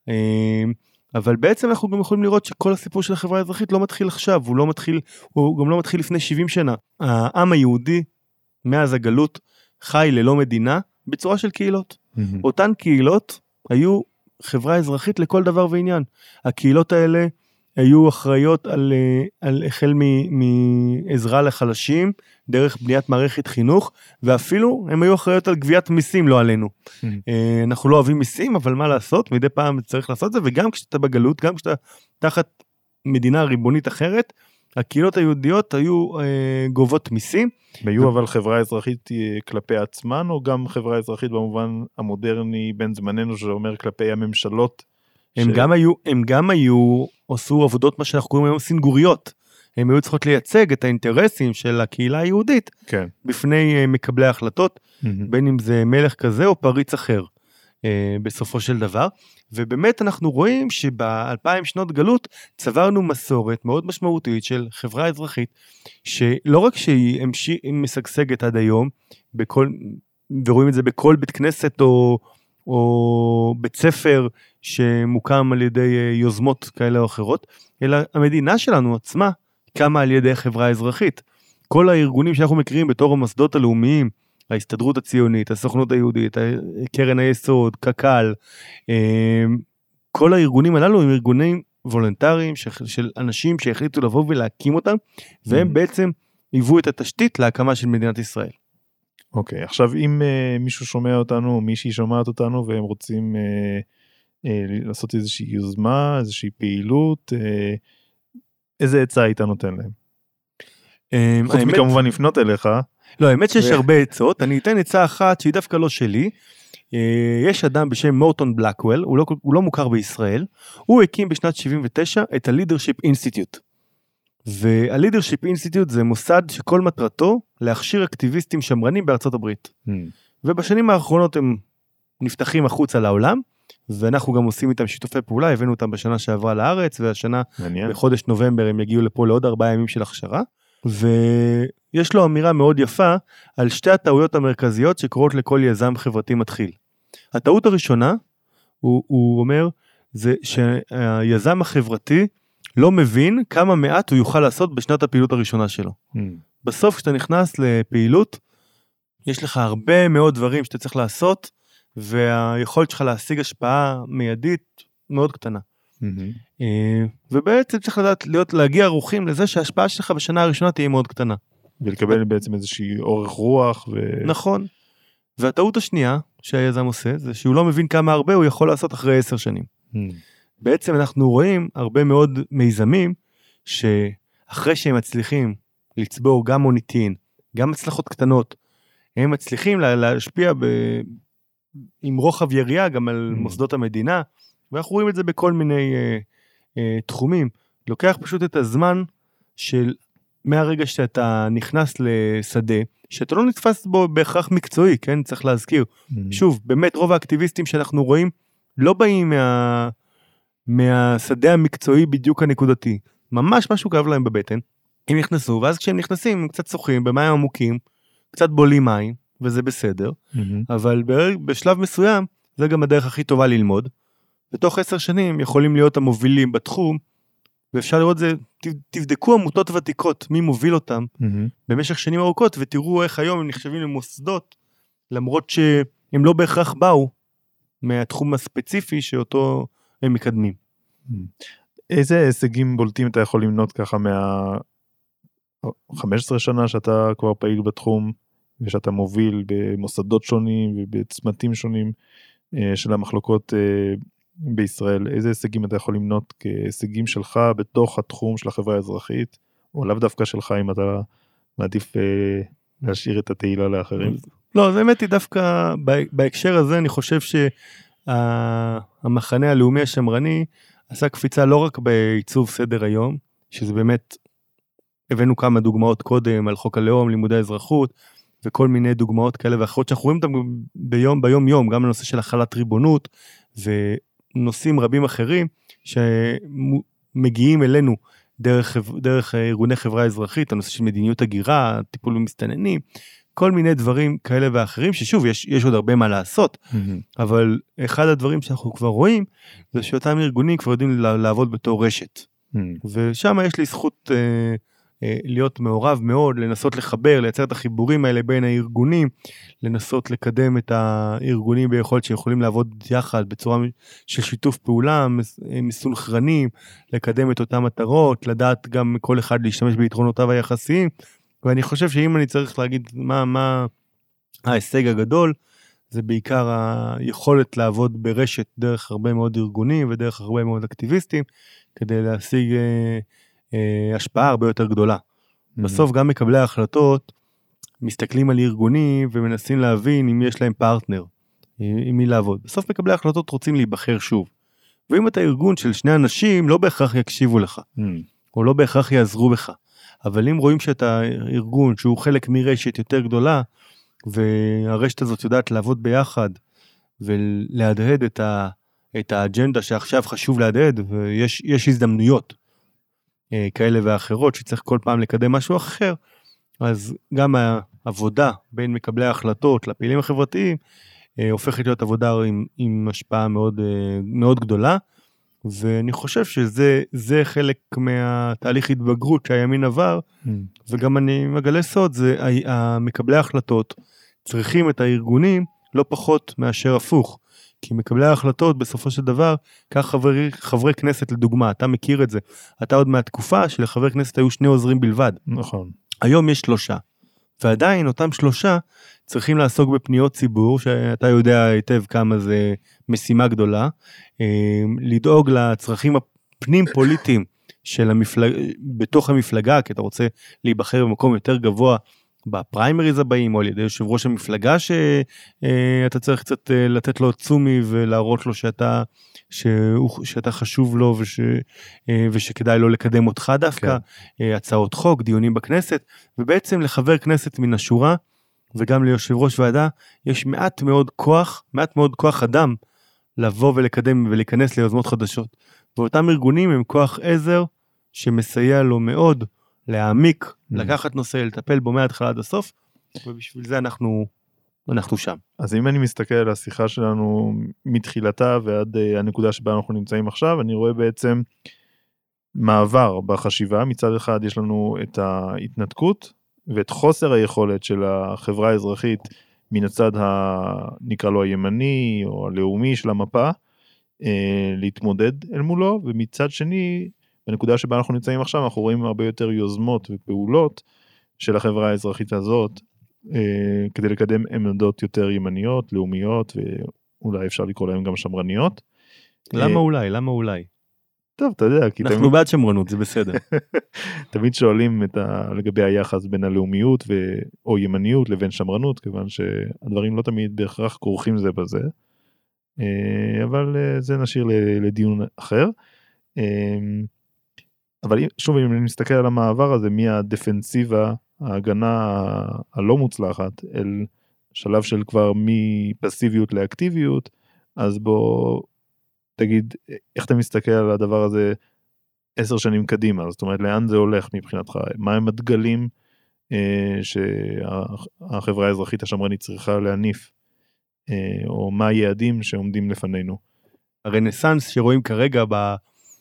[SPEAKER 3] אבל בעצם אנחנו גם יכולים לראות שכל הסיפור של החברה האזרחית לא מתחיל עכשיו, הוא לא מתחיל, הוא גם לא מתחיל לפני שבעים שנה. העם היהודי, מאז הגלות, חי ללא מדינה, בצורה של קהילות. אותן קהילות היו חברה אזרחית לכל דבר ועניין. הקהילות האלה היו אחראיות על, על החל מעזרה לחלשים, דרך בניית מערכת חינוך, ואפילו הם היו אחראיות על גביית מיסים, לא עלינו. Mm-hmm. אנחנו לא אוהבים מיסים, אבל מה לעשות? מדי פעם צריך לעשות את זה, וגם כשאתה בגלות, גם כשאתה תחת מדינה ריבונית אחרת, הקהילות היהודיות היו אה, גובות מיסים.
[SPEAKER 2] היו ו... אבל חברה אזרחית כלפי עצמן, או גם חברה אזרחית במובן המודרני בין זמננו, שאומר כלפי הממשלות?
[SPEAKER 3] הם, ש... גם היו, הם גם היו, עשו עבודות מה שאנחנו קוראים היום סינגוריות. הם היו צריכות לייצג את האינטרסים של הקהילה היהודית, כן. בפני אה, מקבלי ההחלטות, mm-hmm. בין אם זה מלך כזה או פריץ אחר, אה, בסופו של דבר. ובאמת אנחנו רואים שבאלפיים שנות גלות צברנו מסורת מאוד משמעותית של חברה אזרחית, שלא רק שהיא משגשגת עד היום, בכל, ורואים את זה בכל בית כנסת או, או בית ספר שמוקם על ידי יוזמות כאלה או אחרות, אלא המדינה שלנו עצמה קמה על ידי חברה אזרחית. כל הארגונים שאנחנו מכירים בתור המוסדות הלאומיים, ההסתדרות הציונית, הסוכנות היהודית, קרן היסוד, קק"ל, כל הארגונים הללו הם ארגונים וולונטריים של אנשים שהחליטו לבוא ולהקים אותם, והם בעצם היוו את התשתית להקמה של מדינת ישראל.
[SPEAKER 2] אוקיי, עכשיו אם מישהו שומע אותנו, או מישהי שומעת אותנו, והם רוצים לעשות איזושהי יוזמה, איזושהי פעילות, איזה עצה היית נותן להם? חוץ מכמובן לפנות אליך.
[SPEAKER 3] לא, האמת שיש הרבה עצות, אני אתן עצה אחת שהיא דווקא לא שלי, יש אדם בשם מורטון בלקוול, הוא לא, הוא לא מוכר בישראל, הוא הקים בשנת שבעים ותשע את ה-Leadership Institute, וה-Leadership Institute זה מוסד שכל מטרתו להכשיר אקטיביסטים שמרנים בארצות הברית, hmm. ובשנים האחרונות הם נפתחים החוצה לעולם, ואנחנו גם עושים איתם שיתופי פעולה, הבאנו אותם בשנה שעברה לארץ, והשנה מעניין. בחודש נובמבר הם יגיעו לפה לעוד ארבעה ימים של הכשרה, ויש לו אמירה מאוד יפה על שתי הטעויות המרכזיות שקורות לכל יזם חברתי מתחיל. הטעות הראשונה, הוא, הוא אומר, זה שהיזם החברתי לא מבין כמה מעט הוא יוכל לעשות בשנת הפעילות הראשונה שלו. Mm. בסוף כשאתה נכנס לפעילות, יש לך הרבה מאוד דברים שאתה צריך לעשות, והיכולת שלך להשיג השפעה מיידית מאוד קטנה. Mm-hmm. ובעצם צריך לדעת להיות, להגיע ערוכים לזה שההשפעה שלך בשנה הראשונה תהיה מאוד קטנה.
[SPEAKER 2] ולקבל בעצם איזושהי אורך רוח. ו...
[SPEAKER 3] נכון. והטעות השנייה שהיזם עושה, זה שהוא לא מבין כמה הרבה הוא יכול לעשות אחרי עשר שנים. Mm. בעצם אנחנו רואים הרבה מאוד מיזמים, שאחרי שהם מצליחים לצבור גם מוניטין, גם הצלחות קטנות, הם מצליחים להשפיע ב... עם רוחב יריעה גם על mm. מוסדות המדינה, ואנחנו רואים את זה בכל מיני אה, אה, תחומים. לוקח פשוט את הזמן של מהרגע שאתה נכנס לשדה, שאתה לא נתפס בו בהכרח מקצועי, כן? צריך להזכיר. Mm-hmm. שוב, באמת רוב האקטיביסטים שאנחנו רואים, לא באים מה, מהשדה המקצועי בדיוק הנקודתי. ממש משהו כאב להם בבטן. הם נכנסו, ואז כשהם נכנסים, הם קצת שוחים במים עמוקים, קצת בולים מים, וזה בסדר. Mm-hmm. אבל בשלב מסוים, זה גם הדרך הכי טובה ללמוד. בתוך עשר שנים יכולים להיות המובילים בתחום, ואפשר לראות זה, תבדקו עמותות ותיקות, מי מוביל אותם, mm-hmm. במשך שנים ארוכות, ותראו איך היום הם נחשבים למוסדות, למרות שהם לא בהכרח באו, מהתחום הספציפי שאותו הם מקדמים.
[SPEAKER 2] Mm-hmm. איזה הישגים בולטים אתה יכול למנות ככה מה-חמש עשרה שנה שאתה כבר פעיל בתחום, ושאתה מוביל במוסדות שונים, ובצמתים שונים של המחלוקות בישראל, איזה הישגים אתה יכול למנות כהישגים שלך בתוך התחום של החברה האזרחית, או לאו דווקא שלך אם אתה מעדיף אה, להשאיר את התהילה לאחרים?
[SPEAKER 3] לא, זה באמת היא דווקא, בהקשר הזה אני חושב שהמחנה הלאומי השמרני עשה קפיצה לא רק בעיצוב סדר היום, שזה באמת, הבאנו כמה דוגמאות קודם על חוק הלאום, לימודי האזרחות, וכל מיני דוגמאות כאלה ואחרות שאנחנו רואים אותם ביום, ביום יום, גם לנושא של החלת ריבונות, ונושאים רבים אחרים שמגיעים אלינו דרך, דרך ארגוני חברה אזרחית, הנושא של מדיניות הגירה, טיפול במסתננים, כל מיני דברים כאלה ואחרים, ששוב, יש, יש עוד הרבה מה לעשות, mm-hmm. אבל אחד הדברים שאנחנו כבר רואים, זה שאותם ארגונים כבר יודעים לעבוד בתור רשת. Mm-hmm. ושם יש לי זכות אה, אה, להיות מעורב מאוד, לנסות לחבר, לייצר את החיבורים האלה בין הארגונים, לנסות לקדם את הארגונים ביכולת שיכולים לעבוד יחד, בצורה של שיתוף פעולה, מסונכרנים, לקדם את אותם מטרות, לדעת גם כל אחד להשתמש ביתרונותיו היחסיים, ואני חושב שאם אני צריך להגיד מה, מה ההישג הגדול, זה בעיקר היכולת לעבוד ברשת דרך הרבה מאוד ארגונים ודרך הרבה מאוד אקטיביסטים, כדי להשיג אה, אה, השפעה הרבה יותר גדולה. Mm-hmm. בסוף גם מקבלי ההחלטות מסתכלים על ארגונים ומנסים להבין אם יש להם פרטנר, עם מי לעבוד. בסוף מקבלי ההחלטות רוצים להיבחר שוב. ואם אתה ארגון של שני אנשים, לא בהכרח יקשיבו לך, mm-hmm. או לא בהכרח יעזרו בך. אבל אם רואים שאתה ארגון שהוא חלק מרשת יותר גדולה, והרשת הזאת יודעת לעבוד ביחד, ולהדהד את, ה, את האג'נדה שעכשיו חשוב להדהד, ויש יש הזדמנויות אה, כאלה ואחרות, שצריך כל פעם לקדם משהו אחר, אז גם העבודה בין מקבלי ההחלטות לפעילים החברתיים, אה, הופכת להיות עבודה עם, עם השפעה מאוד, אה, מאוד גדולה, ואני חושב שזה זה חלק מהתהליך התבגרות שהימין עבר, mm. וגם אני מגלה סוד, זה המקבלי ההחלטות צריכים את הארגונים לא פחות מאשר הפוך, כי מקבלי ההחלטות בסופו של דבר, כך חברי, חברי כנסת לדוגמה, אתה מכיר את זה, אתה עוד מהתקופה שלחבר כנסת היו שני עוזרים בלבד.
[SPEAKER 2] נכון.
[SPEAKER 3] היום יש שלושה, ועדיין אותם שלושה צריכים לעסוק בפניות ציבור, שאתה יודע היטב כמה זה משימה גדולה, לדאוג לצרכים הפנים פוליטיים של המפלגה, בתוך המפלגה, כי אתה רוצה להיבחר במקום יותר גבוה בפריימריז הבאים, או על ידי יושב ראש המפלגה שאתה צריך קצת לתת לו צומי ולהראות לו שאתה, שהוא, שאתה חשוב לו וש, ושכדאי לו לקדם אותך דווקא, כן. הצעות חוק, דיונים בכנסת, ובעצם לחבר כנסת מן השורה, וגם ליושב ראש ועדה, יש מעט מאוד כוח, מעט מאוד כוח אדם, לבוא ולקדם ולהיכנס ליוזמות חדשות. ואותם ארגונים הם כוח עזר, שמסייע לו מאוד, להעמיק, mm. לקחת נושא, לטפל בו מההתחלה עד הסוף, ובשביל זה אנחנו, אנחנו שם.
[SPEAKER 2] אז אם אני מסתכל על השיחה שלנו מתחילתה ועד uh, הנקודה שבה אנחנו נמצאים עכשיו, אני רואה בעצם מעבר בחשיבה. מצד אחד יש לנו את ההתנתקות, ואת חוסר היכולת של החברה האזרחית, מן הצד הנקרא לו הימני או הלאומי של המפה, uh, להתמודד אל מולו, ומצד שני, בנקודה שבה אנחנו נמצאים עכשיו, אנחנו רואים הרבה יותר יוזמות ופעולות של החברה האזרחית הזאת, אה, כדי לקדם עמדות יותר ימניות, לאומיות, ואולי אפשר לקרוא להם גם שמרניות.
[SPEAKER 3] למה אה, אולי? למה אולי?
[SPEAKER 2] טוב, אתה יודע, כי
[SPEAKER 3] אנחנו
[SPEAKER 2] תמיד...
[SPEAKER 3] בעד שמרנות, זה בסדר.
[SPEAKER 2] תמיד שואלים את ה... לגבי היחס בין הלאומיות ו... או ימניות לבין שמרנות, כיוון שהדברים לא תמיד בהכרח כרוכים זה בזה, אה, אבל אה, זה נשאיר לדיון אחר. אה, אבל שוב, אם אני מסתכל על המעבר הזה, מהדפנסיבה, ההגנה הלא מוצלחת, אל שלב של כבר מפסיביות לאקטיביות, אז בוא תגיד, איך אתה מסתכל על הדבר הזה עשר שנים קדימה? זאת אומרת, לאן זה הולך מבחינתך? מה הם הדגלים אה, שהחברה האזרחית השמרנית צריכה להניף? אה, או מה היעדים שעומדים לפנינו?
[SPEAKER 3] הרנסנס שרואים כרגע ב...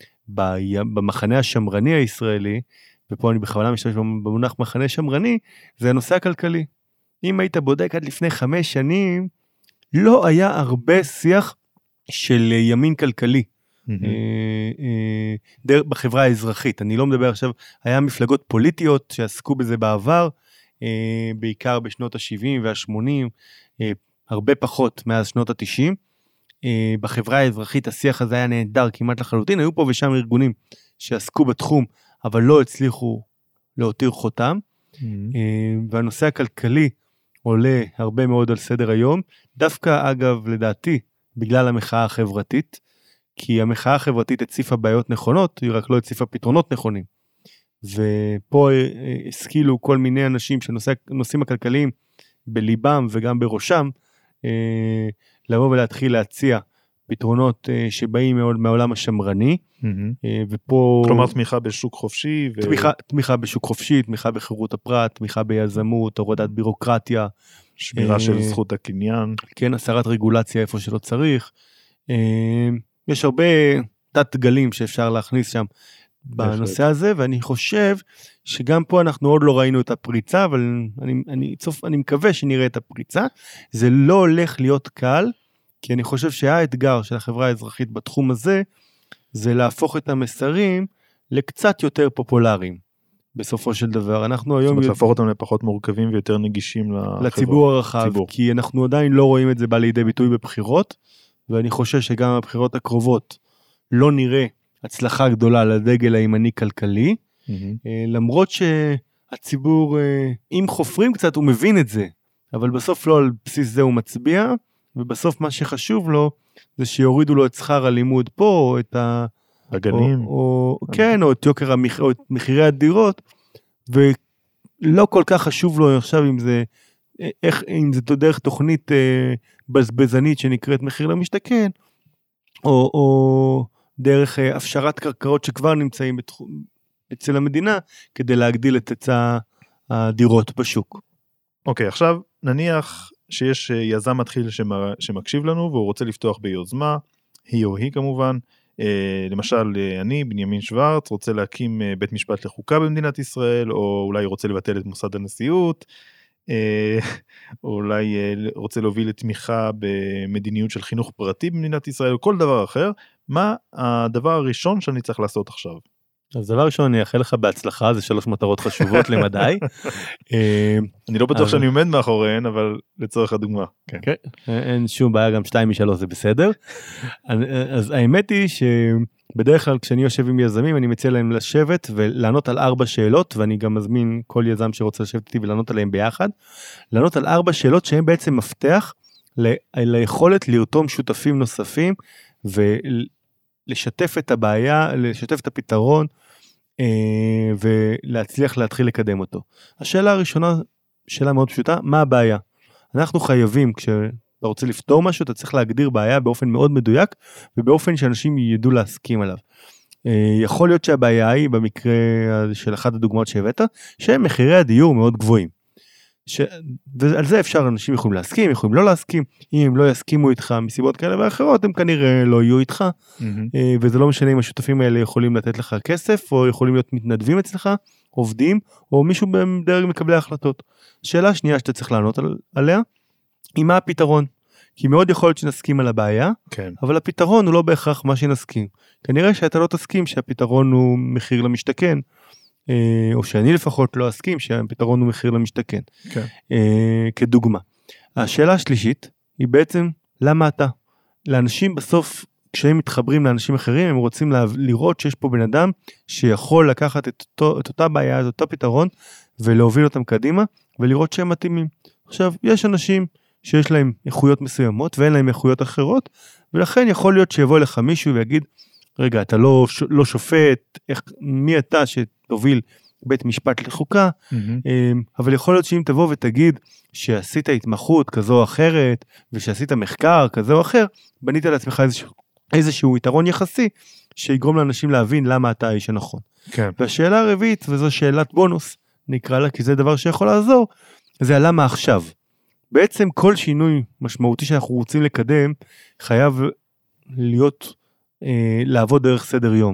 [SPEAKER 3] במחנה השמרני הישראלי, ופה אני בכוונה משתמש במונח מחנה שמרני, זה הנושא הכלכלי. אם היית בודק עד לפני חמש שנים, לא היה הרבה שיח של ימין כלכלי, בחברה האזרחית. אני לא מדבר עכשיו, היה מפלגות פוליטיות שעסקו בזה בעבר, בעיקר בשנות ה-שבעים וה-שמונים, הרבה פחות מאז שנות ה-תשעים, בחברה האזרחית השיח הזה היה נהדר כמעט לחלוטין, היו פה ושם ארגונים שעסקו בתחום, אבל לא הצליחו להותיר חותם, mm-hmm. והנושא הכלכלי עולה הרבה מאוד על סדר היום, דווקא אגב לדעתי, בגלל המחאה החברתית, כי המחאה החברתית הציפה בעיות נכונות, היא רק לא הציפה פתרונות נכונים, ופה השכילו כל מיני אנשים שנושאים הכלכליים בליבם וגם בראשם, לבוא ולהתחיל להציע פתרונות שבאים מאוד מהעולם השמרני, ופה...
[SPEAKER 2] כלומר תמיכה בשוק חופשי, ו...
[SPEAKER 3] תמיכה, תמיכה בשוק חופשי, תמיכה בחירות הפרט, תמיכה ביזמות, הורדת בירוקרטיה,
[SPEAKER 2] שמירה של זכות הקניין,
[SPEAKER 3] כן, הסרת רגולציה איפה שלא צריך, יש הרבה תת גלים שאפשר להכניס שם בנושא הזה, ואני חושב שגם פה אנחנו עוד לא ראינו את הפריצה, אבל אני, אני, צוף, אני מקווה שנראה את הפריצה, זה לא הולך להיות קל, כי אני חושב שהאתגר של החברה האזרחית בתחום הזה, זה להפוך את המסרים לקצת יותר פופולריים, בסופו של דבר. אנחנו היום...
[SPEAKER 2] זאת אומרת, להפוך אותם לפחות מורכבים ויותר נגישים לחברה.
[SPEAKER 3] לציבור הרחב, כי אנחנו עדיין לא רואים את זה בא לידי ביטוי בבחירות, ואני חושב שגם הבחירות הקרובות לא נראה הצלחה גדולה לדגל הימני כלכלי, mm-hmm. למרות שהציבור, אם חופרים קצת, הוא מבין את זה, אבל בסוף לא על בסיס זה הוא מצביע, ובסוף מה שחשוב לו, זה שיורידו לו את שכר הלימוד פה, או את ה...
[SPEAKER 2] הגנים.
[SPEAKER 3] או, או, כן, או את יוקר המח... או את מחירי הדירות, ולא כל כך חשוב לו עכשיו אם זה, איך, אם זה דרך תוכנית אה, בזבזנית שנקראת מחיר למשתכן, או, או דרך אה, הפשרת קרקעות שכבר נמצאים בתחום, אצל המדינה, כדי להגדיל את היצע הדירות בשוק.
[SPEAKER 2] אוקיי, עכשיו נניח שיש יזם מתחיל שמקשיב לנו, והוא רוצה לפתוח ביוזמה, היא או היא כמובן, למשל אני, בנימין שוורץ, רוצה להקים בית משפט לחוקה במדינת ישראל, או אולי רוצה לבטל את מוסד הנשיאות, או אולי רוצה להוביל לתמיכה במדיניות של חינוך פרטי במדינת ישראל, או כל דבר אחר. מה הדבר הראשון שאני צריך לעשות עכשיו?
[SPEAKER 3] אז דבר ראשון, אני אאחל לך בהצלחה, זה שלוש מטרות חשובות למדי.
[SPEAKER 2] אני לא בטוח שאני עומד מאחוריהן, אבל לצורך הדוגמה.
[SPEAKER 3] אין שום בעיה, גם שתיים משלוש זה בסדר. אז האמת היא בדרך כלל כשאני יושב עם יזמים, אני מציע להם לשבת ולענות על ארבע שאלות, ואני גם מזמין כל יזם שרוצה לשבת איתי ולענות עליהם ביחד, לענות על ארבע שאלות שהן בעצם מפתח ל- ליכולת לרתום שותפים נוספים, ולשתף את הבעיה, לשתף את הפתרון, אה, ולהצליח להתחיל לקדם אותו. השאלה הראשונה, שאלה מאוד פשוטה, מה הבעיה? אנחנו חייבים, כשאתה רוצה לפתור משהו, אתה צריך להגדיר בעיה באופן מאוד מדויק, ובאופן שאנשים ידעו להסכים עליו. יכול להיות שהבעיה היא, במקרה של אחת הדוגמאות שהבאת, שהם מחירי הדיור מאוד גבוהים. ש... ועל זה אפשר, אנשים יכולים להסכים, יכולים לא להסכים, אם הם לא יסכימו איתך מסיבות כאלה ואחרות, הם כנראה לא יהיו איתך, mm-hmm. וזה לא משנה אם השותפים האלה יכולים לתת לך כסף, או יכולים להיות מתנדבים אצלך, עובדים, או מישהו בדרג מקבלי ההחלטות. השאלה השנייה שאתה צריך לענות על, עליה, היא מה הפתרון? כי מאוד יכול להיות שנסכים על הבעיה,
[SPEAKER 2] כן.
[SPEAKER 3] אבל הפתרון הוא לא בהכרח מה שנסכים. כנראה שאתה לא תסכים שהפתרון הוא מחיר למשתכן, או שאני לפחות לא אסכים שהפתרון הוא מחיר למשתכן.
[SPEAKER 2] כן.
[SPEAKER 3] כדוגמה. השאלה השלישית היא בעצם למה אתה? לאנשים בסוף, כשהם מתחברים לאנשים אחרים, הם רוצים לראות שיש פה בן אדם שיכול לקחת את, אותו, את אותה בעיה, את אותו פתרון, ולהוביל אותם קדימה, ולראות שהם מתאימים. עכשיו, יש אנשים שיש להם איכויות מסוימות, ואין להם איכויות אחרות, ולכן יכול להיות שיבוא לך מישהו ויגיד, רגע, אתה לא, לא שופט, איך, מי אתה שתוביל בית משפט לחוקה, mm-hmm. אבל יכול להיות שאם תבוא ותגיד, שעשית התמחות כזו או אחרת, ושעשית מחקר כזה או אחר, בנית לעצמך איזשהו, איזשהו יתרון יחסי, שיגרום לאנשים להבין למה אתה האיש הנכון.
[SPEAKER 2] כן.
[SPEAKER 3] והשאלה הרביעית, וזו שאלת בונוס, נקרא לה, כי זה דבר שיכול לעזור, זה הלמה עכשיו. בעצם כל שינוי משמעותי שאנחנו רוצים לקדם, חייב להיות, אה, לעבוד דרך סדר יום.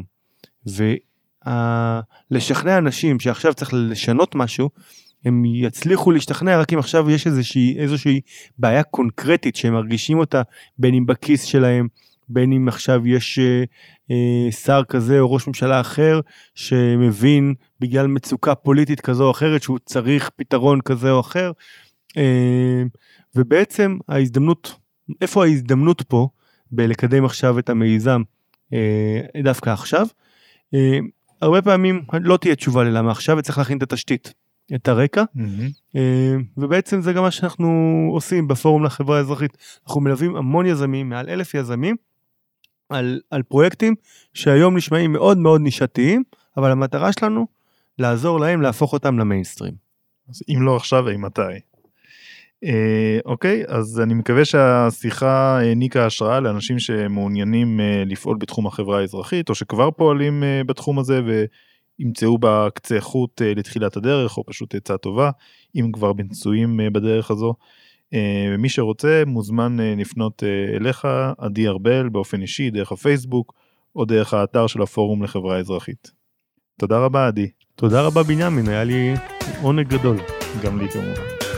[SPEAKER 3] ולשכנע אנשים שעכשיו צריך לשנות משהו, הם יצליחו להשתכנע רק אם עכשיו יש איזושהי, איזושהי בעיה קונקרטית שהם מרגישים אותה, בין אם בכיס שלהם, בין אם עכשיו יש אה, אה, שר כזה או ראש ממשלה אחר, שמבין בגלל מצוקה פוליטית כזו או אחרת, שהוא צריך פתרון כזה או אחר, אה, ובעצם ההזדמנות, איפה ההזדמנות פה, בלקדם עכשיו את המיזם, אה, דווקא עכשיו, אה, הרבה פעמים לא תהיה תשובה ללמה עכשיו, וצריך להכין את התשתית. את הרקע, mm-hmm. ובעצם זה גם מה שאנחנו עושים בפורום לחברה האזרחית. אנחנו מלווים המון יזמים, מעל אלף יזמים, על, על פרויקטים שהיום נשמעים מאוד מאוד נישתיים, אבל המטרה שלנו לעזור להם להפוך אותם למיינסטרים.
[SPEAKER 2] אז אם לא עכשיו, אם מתי? אה, אוקיי, אז אני מקווה שהשיחה העניקה השראה לאנשים שמעוניינים לפעול בתחום החברה האזרחית, או שכבר פועלים בתחום הזה ו... ימצאו בה קצה חוט לתחילת הדרך, או פשוט עצה טובה, אם כבר בנצויים בדרך הזו. ומי שרוצה מוזמן לפנות אליך, עדי ארבל, באופן אישי, דרך הפייסבוק, או דרך האתר של הפורום לחברה אזרחית. תודה רבה, עדי.
[SPEAKER 3] תודה רבה, בנימין, היה לי עונג גדול.
[SPEAKER 2] גם לי כמובן.